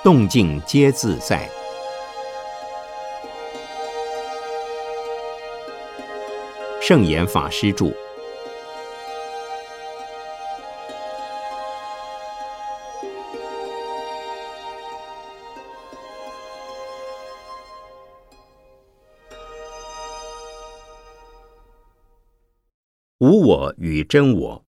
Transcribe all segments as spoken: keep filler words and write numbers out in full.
动静皆自在。圣严法师著。无我与真我。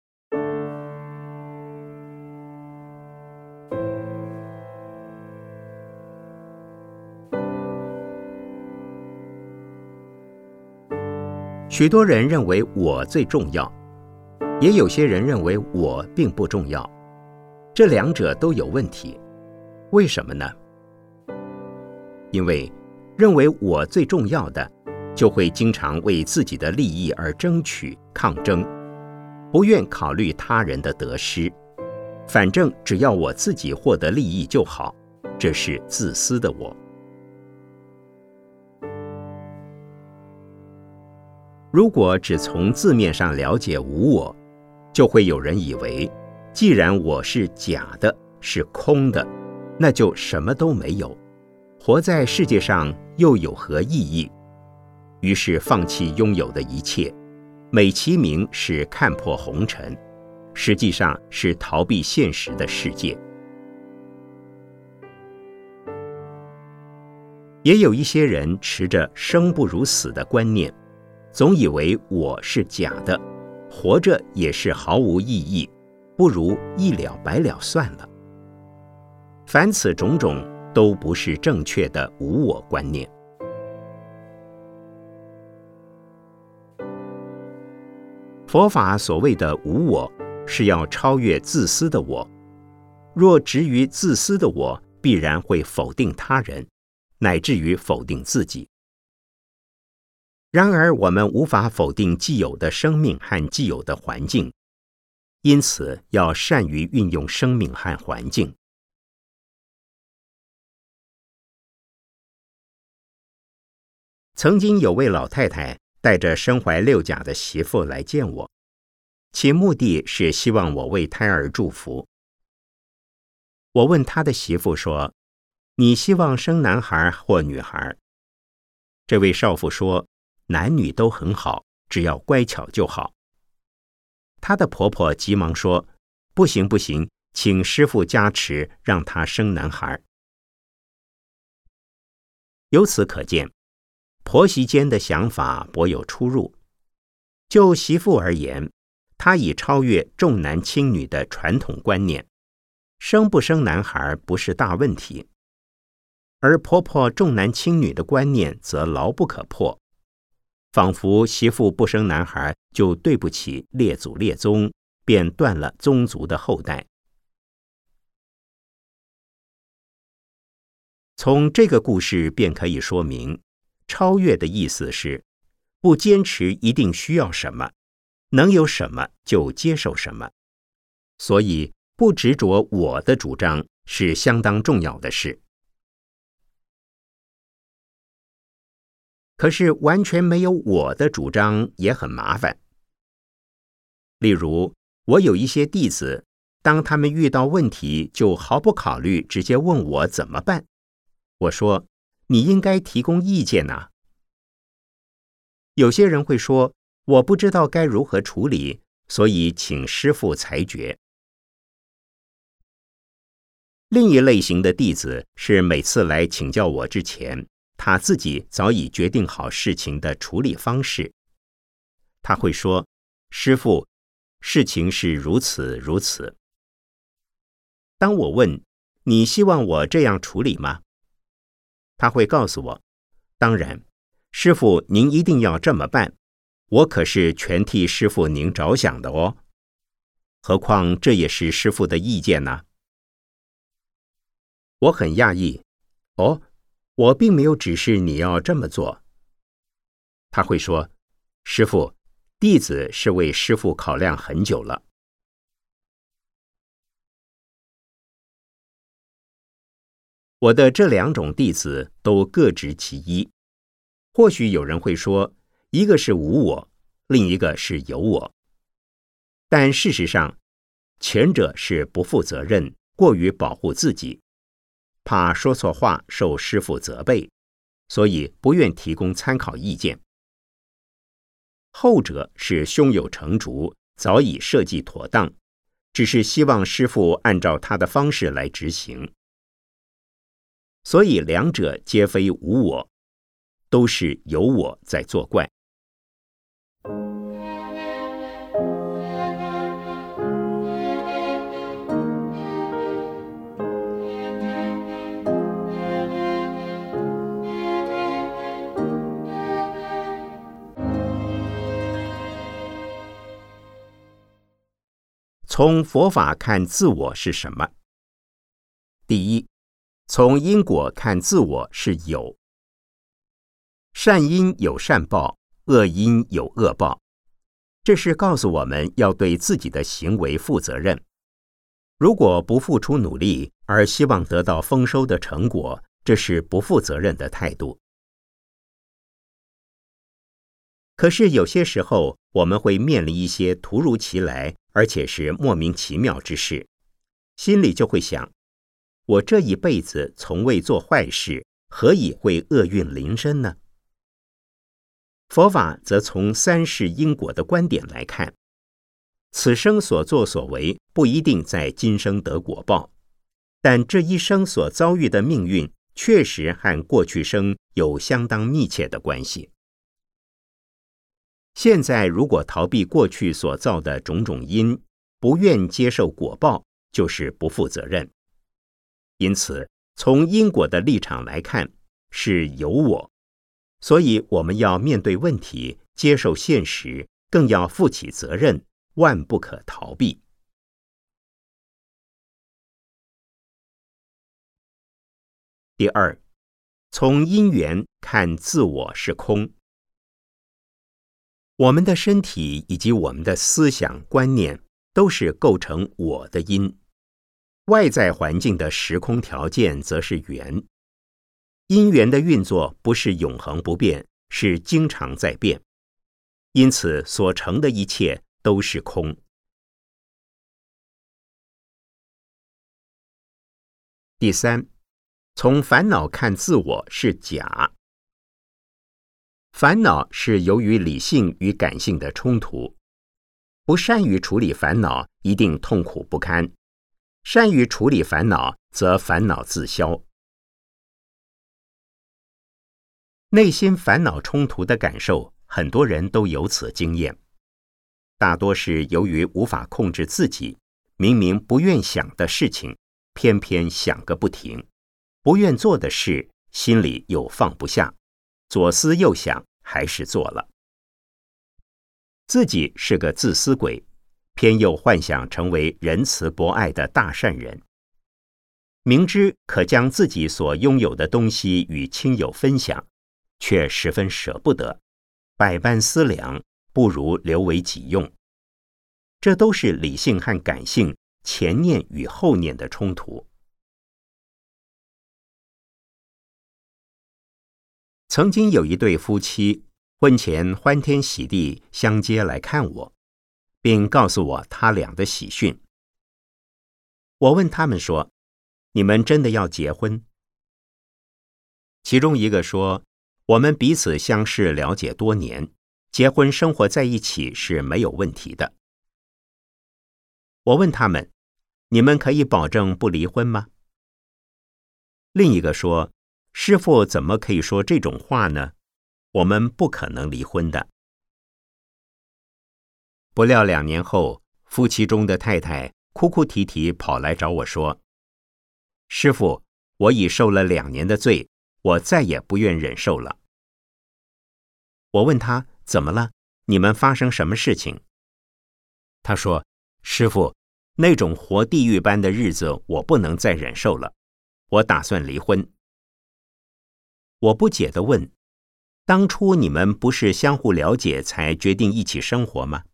许多人认为我最重要，也有些人认为我并不重要，这两者都有问题。为什么呢？因为认为我最重要的，就会经常为自己的利益而争取、抗争，不愿考虑他人的得失，反正只要我自己获得利益就好，这是自私的我。如果只从字面上了解无我，就会有人以为，既然我是假的，是空的，那就什么都没有，活在世界上又有何意义？于是放弃拥有的一切，美其名是看破红尘，实际上是逃避现实的世界。也有一些人持着生不如死的观念，总以为我是假的，活着也是毫无意义，不如一了百了算了。凡此种种都不是正确的无我观念。佛法所谓的无我，是要超越自私的我。若执于自私的我，必然会否定他人，乃至于否定自己。然而我们无法否定既有的生命和既有的环境，因此要善于运用生命和环境。曾经有位老太太带着身怀六甲的媳妇来见我，其目的是希望我为胎儿祝福。我问他的媳妇说：“你希望生男孩或女孩？”这位少妇说：“男女都很好，只要乖巧就好。”她的婆婆急忙说：“不行不行，请师父加持，让她生男孩。”由此可见，婆媳间的想法颇有出入。就媳妇而言，她已超越重男轻女的传统观念，生不生男孩不是大问题；而婆婆重男轻女的观念则牢不可破，仿佛媳妇不生男孩就对不起列祖列宗，便断了宗族的后代。从这个故事便可以说明，超越的意思是不坚持一定需要什么，能有什么就接受什么。所以不执着我的主张是相当重要的事。可是完全没有我的主张也很麻烦。例如，我有一些弟子，当他们遇到问题，就毫不考虑，直接问我怎么办。我说：“你应该提供意见啊。”有些人会说：“我不知道该如何处理，所以请师父裁决。”另一类型的弟子是每次来请教我之前，他自己早已决定好事情的处理方式。他会说：“师父，事情是如此如此。”当我问：“你希望我这样处理吗？”他会告诉我：“当然，师父您一定要这么办，我可是全替师父您着想的哦。何况这也是师父的意见呢。”我很讶异，哦，我并没有指示你要这么做。他会说：“师父，弟子是为师父考量很久了。”我的这两种弟子都各执其一。或许有人会说，一个是无我，另一个是有我。但事实上，前者是不负责任，过于保护自己； 怕说错话受师父责备，所以不愿提供参考意见。后者是胸有成竹，早已设计妥当，只是希望师父按照他的方式来执行。所以两者皆非无我，都是有我在作怪。从佛法看自我是什么？第一，从因果看自我是有。善因有善报，恶因有恶报。这是告诉我们要对自己的行为负责任。如果不付出努力，而希望得到丰收的成果，这是不负责任的态度。可是有些时候，我们会面临一些突如其来，而且是莫名其妙之事，心里就会想，我这一辈子从未做坏事，何以会厄运临身呢？佛法则从三世因果的观点来看，此生所作所为不一定在今生得果报，但这一生所遭遇的命运确实和过去生有相当密切的关系。现在如果逃避过去所造的种种因，不愿接受果报，就是不负责任。因此，从因果的立场来看，是有我，所以我们要面对问题，接受现实，更要负起责任，万不可逃避。第二，从因缘看自我是空。我们的身体以及我们的思想观念都是构成我的因，外在环境的时空条件则是缘。因缘的运作不是永恒不变，是经常在变，因此所成的一切都是空。第三，从烦恼看自我是假。烦恼是由于理性与感性的冲突，不善于处理烦恼，一定痛苦不堪；善于处理烦恼，则烦恼自消。内心烦恼冲突的感受，很多人都有此经验，大多是由于无法控制自己，明明不愿想的事情，偏偏想个不停；不愿做的事，心里又放不下。左思右想，还是做了。自己是个自私鬼，偏又幻想成为仁慈博爱的大善人。明知可将自己所拥有的东西与亲友分享，却十分舍不得，百般思量，不如留为己用。这都是理性和感性、前念与后念的冲突。曾经有一对夫妻，婚前欢天喜地相接来看我，并告诉我他俩的喜讯。我问他们说：“你们真的要结婚？”其中一个说：“我们彼此相识了解多年，结婚生活在一起是没有问题的。”我问他们：“你们可以保证不离婚吗？”另一个说：“师父怎么可以说这种话呢？我们不可能离婚的。”不料两年后，夫妻中的太太哭哭啼啼跑来找我说：“师父，我已受了两年的罪，我再也不愿忍受了。”我问他怎么了？你们发生什么事情？他说：“师父，那种活地狱般的日子我不能再忍受了，我打算离婚。”我不解地问：“当初你们不是相互了解才决定一起生活吗？”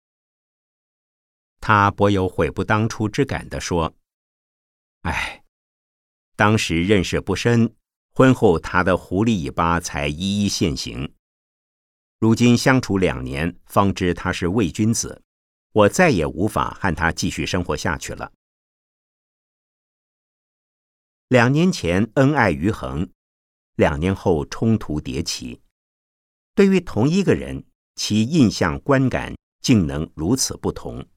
他颇有悔不当初之感地说：“哎，当时认识不深，婚后他的狐狸尾巴才一一现形。如今相处两年，方知他是伪君子，我再也无法和他继续生活下去了。” 两年前恩爱于恒，两年后冲突迭起。对于同一个人，其印象观感竟能如此不同。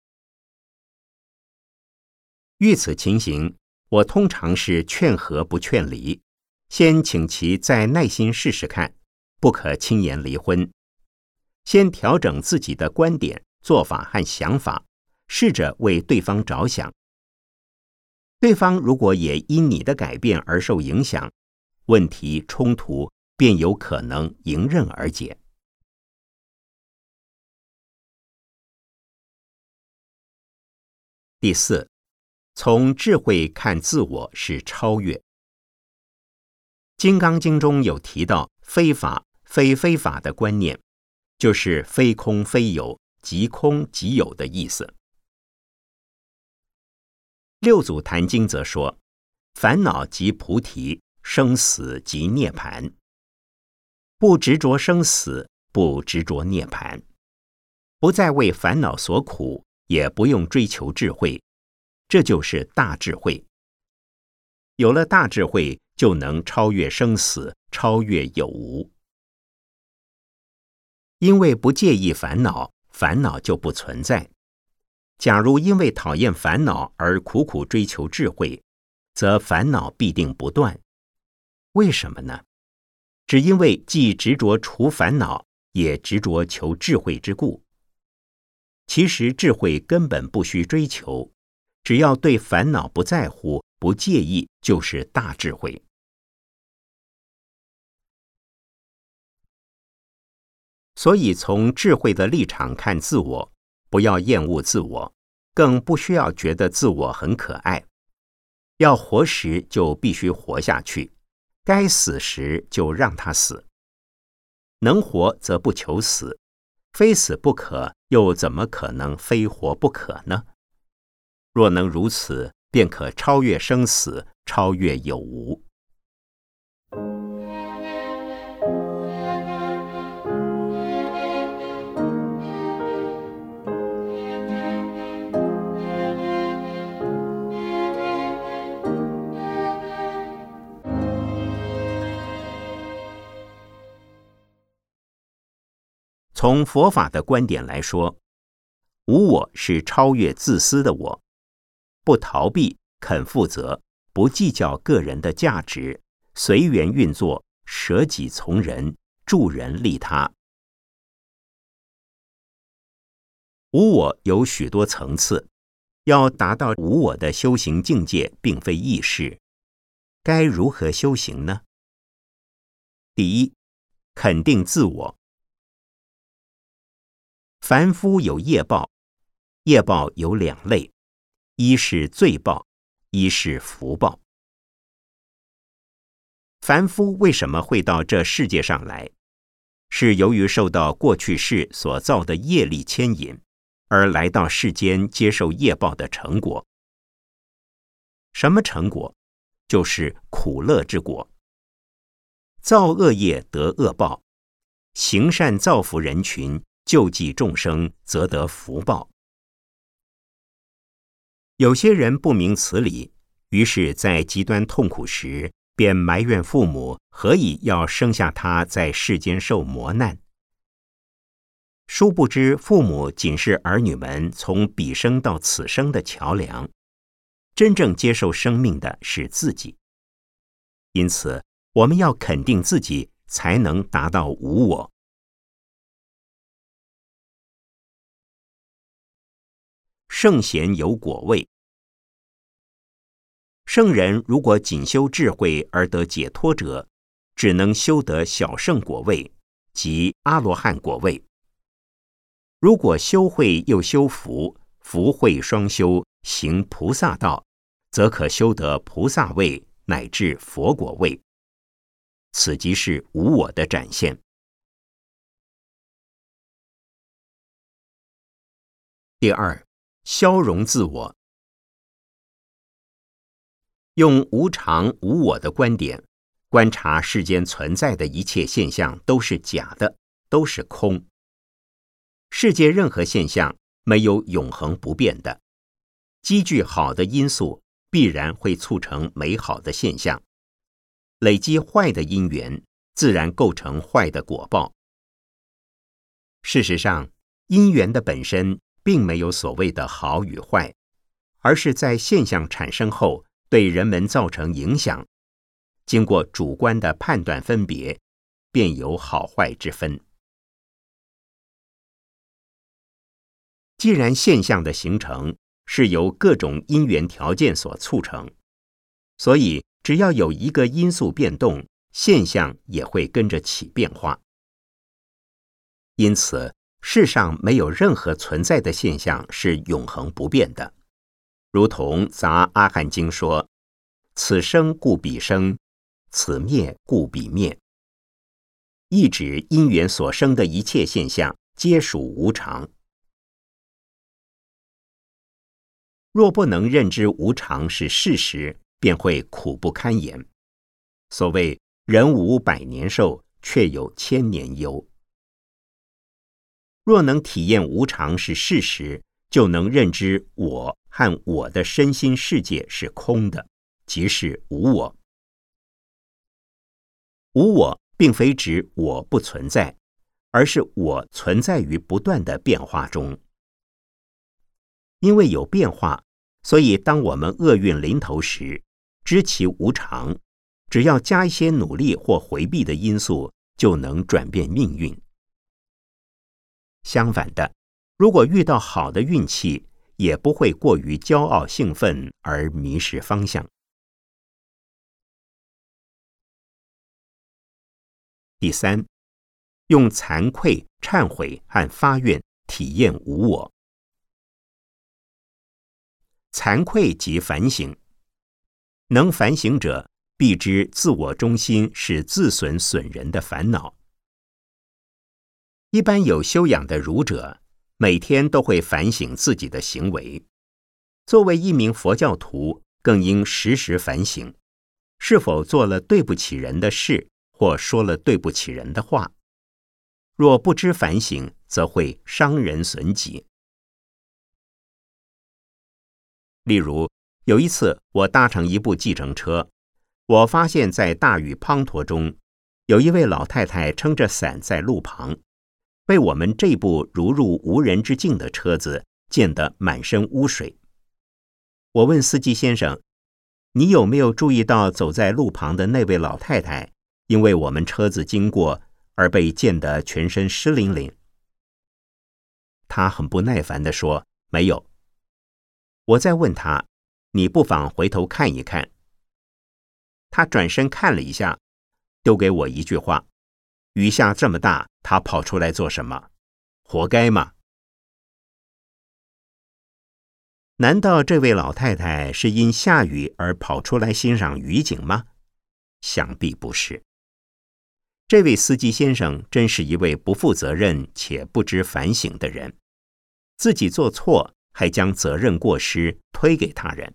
遇此情形，我通常是劝和不劝离，先请其再耐心试试看，不可轻言离婚。先调整自己的观点、做法和想法，试着为对方着想。对方如果也因你的改变而受影响，问题冲突便有可能迎刃而解。第四，从智慧看自我是超越。《金刚经》中有提到非法、非非法的观念，就是非空非有、即空即有的意思。六祖坛经则说，烦恼即菩提，生死即涅槃。不执着生死，不执着涅槃，不再为烦恼所苦，也不用追求智慧，这就是大智慧。有了大智慧，就能超越生死，超越有无。因为不介意烦恼，烦恼就不存在。假如因为讨厌烦恼而苦苦追求智慧，则烦恼必定不断。为什么呢？只因为既执着除烦恼，也执着求智慧之故。其实智慧根本不需追求，只要对烦恼不在乎、不介意，就是大智慧。所以从智慧的立场看自我，不要厌恶自我，更不需要觉得自我很可爱。要活时就必须活下去，该死时就让他死。能活则不求死，非死不可，又怎么可能非活不可呢？若能如此，便可超越生死，超越有无。从佛法的观点来说，无我是超越自私的我，不逃避，肯负责，不计较个人的价值，随缘运作，舍己从人，助人利他。无我有许多层次，要达到无我的修行境界，并非易事。该如何修行呢？第一，肯定自我。凡夫有业报，业报有两类，一是罪报，一是福报。凡夫为什么会到这世界上来？是由于受到过去世所造的业力牵引，而来到世间接受业报的成果。什么成果？就是苦乐之果。造恶业得恶报，行善造福人群，救济众生，则得福报。有些人不明此理，于是在极端痛苦时，便埋怨父母何以要生下他在世间受磨难。殊不知，父母仅是儿女们从彼生到此生的桥梁，真正接受生命的是自己。因此，我们要肯定自己，才能达到无我。圣贤有果位。圣人如果仅修智慧而得解脱者，只能修得小圣果位，即阿罗汉果位。如果修慧又修福，福慧双修，行菩萨道，则可修得菩萨位乃至佛果位。此即是无我的展现。第二，消融自我。用无常无我的观点观察世间存在的一切现象都是假的，都是空。世界任何现象没有永恒不变的，积聚好的因素必然会促成美好的现象。累积坏的因缘，自然构成坏的果报。事实上，因缘的本身并没有所谓的好与坏，而是在现象产生后对人们造成影响，经过主观的判断分别，便有好坏之分。既然现象的形成是由各种因缘条件所促成，所以只要有一个因素变动，现象也会跟着起变化。因此，世上没有任何存在的现象是永恒不变的。如同杂阿含经说：“此生故彼生，此灭故彼灭。”意指因缘所生的一切现象皆属无常。若不能认知无常是事实，便会苦不堪言。所谓人无百年寿，却有千年忧。若能体验无常是事实，就能认知我和我的身心世界是空的，即是无我。无我并非指我不存在，而是我存在于不断的变化中。因为有变化，所以当我们厄运临头时，知其无常，只要加一些努力或回避的因素，就能转变命运。相反的，如果遇到好的运气，也不会过于骄傲兴奋而迷失方向。第三，用惭愧、忏悔和发愿体验无我。惭愧即反省，能反省者必知自我中心是自损损人的烦恼。一般有修养的儒者，每天都会反省自己的行为。作为一名佛教徒，更应时时反省，是否做了对不起人的事，或说了对不起人的话。若不知反省，则会伤人损己。例如，有一次我搭乘一部计程车，我发现在大雨滂沱中，有一位老太太撑着伞在路旁，被我们这部如入无人之境的车子溅得满身污水。我问司机先生：“你有没有注意到走在路旁的那位老太太，因为我们车子经过而被溅得全身湿淋淋？”他很不耐烦地说：“没有。”我再问他：“你不妨回头看一看。”他转身看了一下，丢给我一句话：“雨下这么大，他跑出来做什么？活该嘛！”难道这位老太太是因下雨而跑出来欣赏雨景吗？想必不是。这位司机先生真是一位不负责任且不知反省的人，自己做错，还将责任过失推给他人。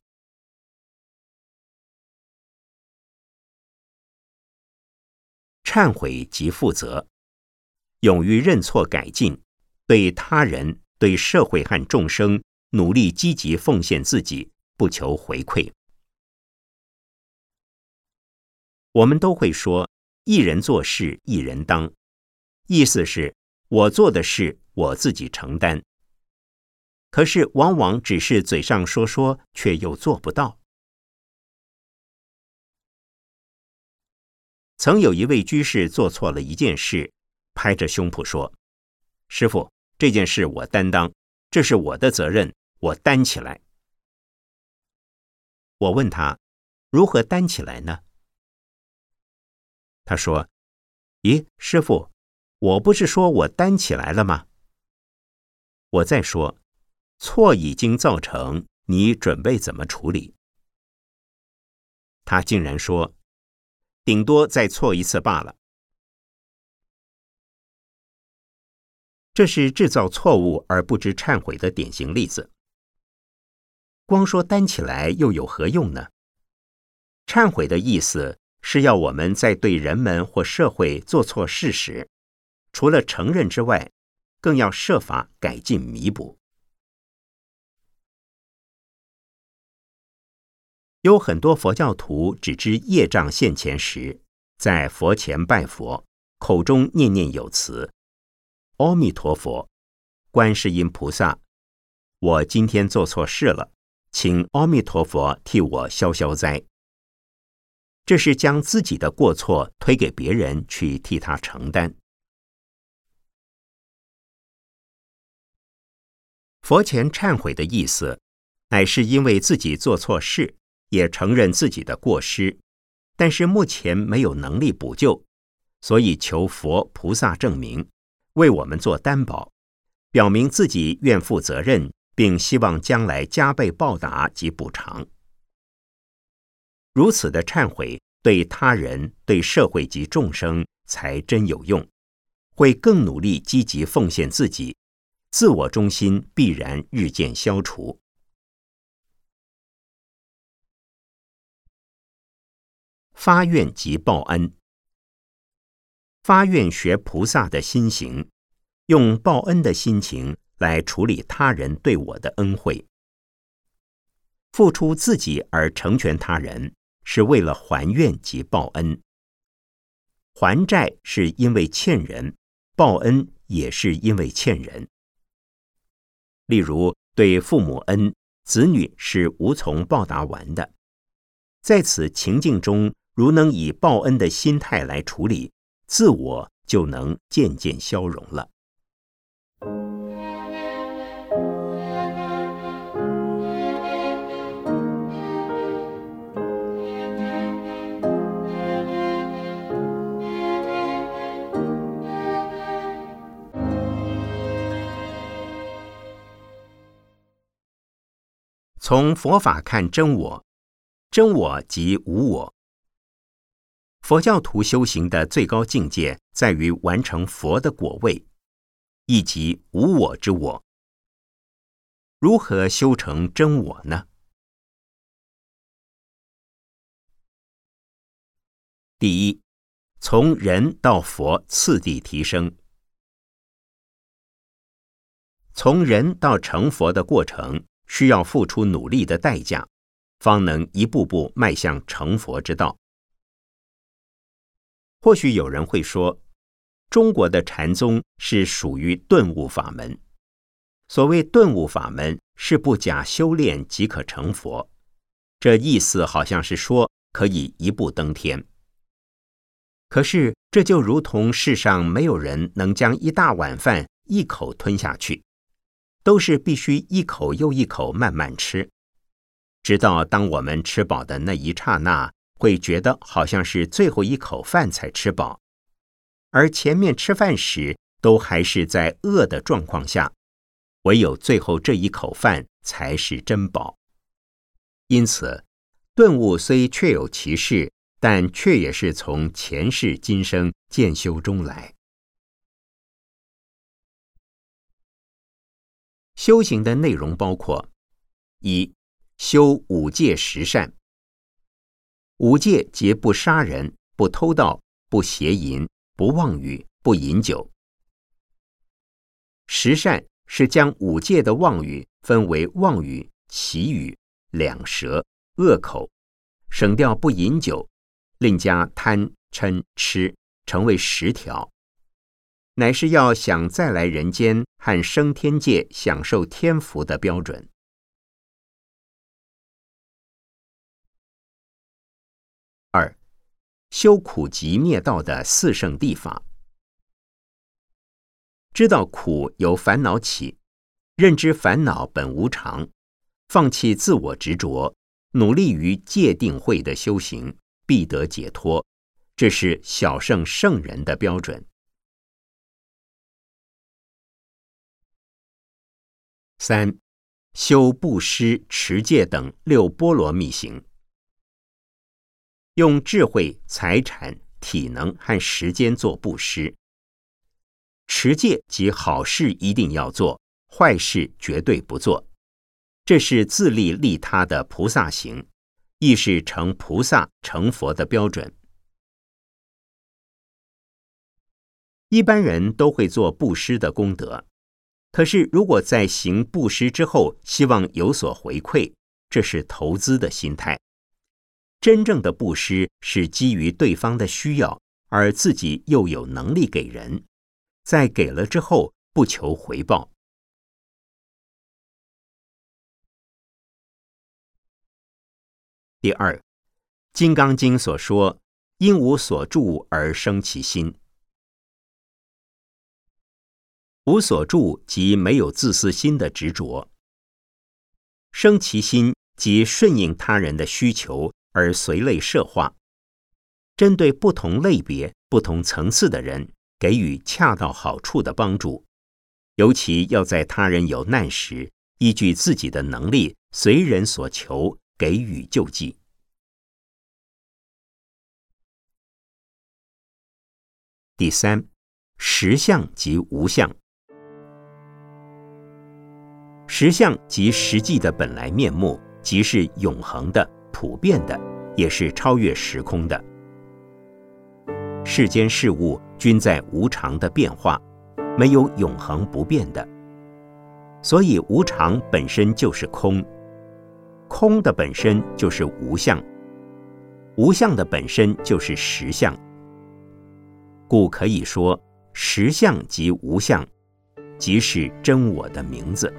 忏悔即负责，勇于认错改进，对他人、对社会和众生努力积极奉献自己，不求回馈。我们都会说一人做事一人当，意思是我做的事我自己承担。可是往往只是嘴上说说，却又做不到。曾有一位居士做错了一件事，拍着胸脯说：“师父，这件事我担当，这是我的责任，我担起来。”我问他：“如何担起来呢？”他说：“咦，师父，我不是说我担起来了吗？”我再说：“错已经造成，你准备怎么处理？”他竟然说：“顶多再错一次罢了。”这是制造错误而不知忏悔的典型例子。光说担起来又有何用呢？忏悔的意思是要我们在对人们或社会做错事时，除了承认之外，更要设法改进弥补。 有很多佛教徒只知业障现前时，在佛前拜佛，口中念念有词：阿弥陀佛，观世音菩萨，我今天做错事了，请阿弥陀佛替我消消灾。这是将自己的过错推给别人去替他承担。佛前忏悔的意思，乃是因为自己做错事，也承认自己的过失，但是目前没有能力补救，所以求佛菩萨证明，为我们做担保，表明自己愿负责任，并希望将来加倍报答及补偿。如此的忏悔对他人、对社会及众生才真有用，会更努力积极奉献自己，自我中心必然日渐消除。发愿及报恩。发愿学菩萨的心行，用报恩的心情来处理他人对我的恩惠。付出自己而成全他人，是为了还愿及报恩。还债是因为欠人，报恩也是因为欠人。例如，对父母恩，子女是无从报答完的。在此情境中，如能以报恩的心态来处理，自我就能渐渐消融了。从佛法看真我，真我即无我。佛教徒修行的最高境界在于完成佛的果位，亦即无我之我。如何修成真我呢？第一，从人到佛次第提升。从人到成佛的过程，需要付出努力的代价，方能一步步迈向成佛之道。或许有人会说，中国的禅宗是属于顿悟法门。所谓顿悟法门，是不假修炼即可成佛。这意思好像是说可以一步登天。可是这就如同世上没有人能将一大碗饭一口吞下去，都是必须一口又一口慢慢吃，直到当我们吃饱的那一刹那，会觉得好像是最后一口饭才吃饱，而前面吃饭时都还是在饿的状况下，唯有最后这一口饭才是真饱。因此，顿悟虽确有其事，但却也是从前世今生渐修中来。修行的内容包括：一、修五戒十善。五戒即不杀人、不偷盗、不邪淫、不妄语、不饮酒。十善是将五戒的妄语分为妄语、绮语、两舌、恶口，省掉不饮酒，另加贪、嗔、痴，成为十条，乃是要想再来人间和升天界享受天福的标准。二、修苦集灭道的四圣谛法。知道苦由烦恼起，认知烦恼本无常，放弃自我执着，努力于戒定慧的修行，必得解脱。这是小圣圣人的标准。三、修布施、持戒等六波罗蜜行。用智慧、财产、体能和时间做布施。持戒即好事一定要做，坏事绝对不做。这是自利利他的菩萨行，亦是成菩萨成佛的标准。一般人都会做布施的功德，可是如果在行布施之后希望有所回馈，这是投资的心态， 真正的布施是基于对方的需要，而自己又有能力给人，在给了之后不求回报。第二，《金刚经》所说，因无所住而生其心。无所住即没有自私心的执着，生其心即顺应他人的需求而随类摄化，针对不同类别、不同层次的人给予恰到好处的帮助，尤其要在他人有难时，依据自己的能力，随人所求，给予救济。第三，实相即无相。实相即实际的本来面目，即是永恒的、普遍的，也是超越时空的。世间事物均在无常的变化，没有永恒不变的。所以无常本身就是空，空的本身就是无相，无相的本身就是实相。故可以说，实相即无相，即是真我的名字。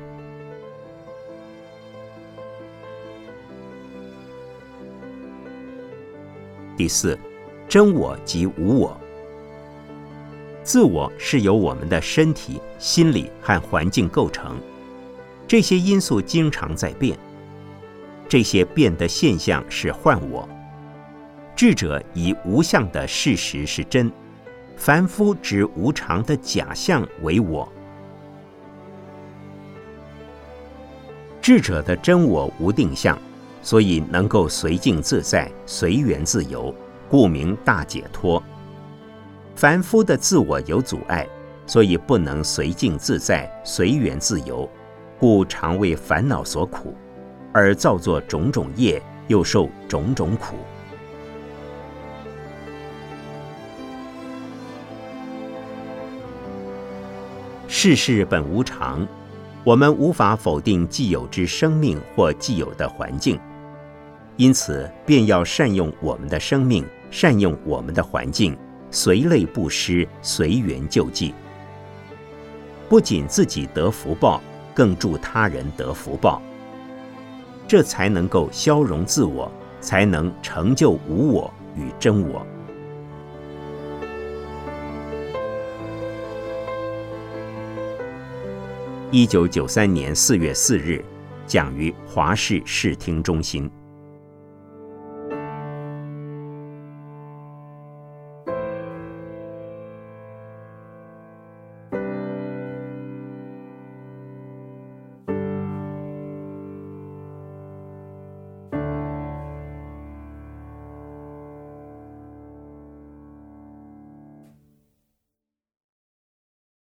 第四，真我即无我。自我是由我们的身体、心理和环境构成，这些因素经常在变，这些变的现象是幻我。智者以无相的事实是真，凡夫执无常的假象为我。智者的真我无定向，所以能够随境自在、随缘自由，故名大解脱。凡夫的自我有阻碍，所以不能随境自在、随缘自由，故常为烦恼所苦，而造作种种业，又受种种苦。世事本无常，我们无法否定既有之生命或既有的环境，因此便要善用我们的生命，善用我们的环境，随类布施，随缘救济。不仅自己得福报，更助他人得福报，这才能够消融自我，才能成就无我与真我。一九九三年四月四日，讲于华视视听中心。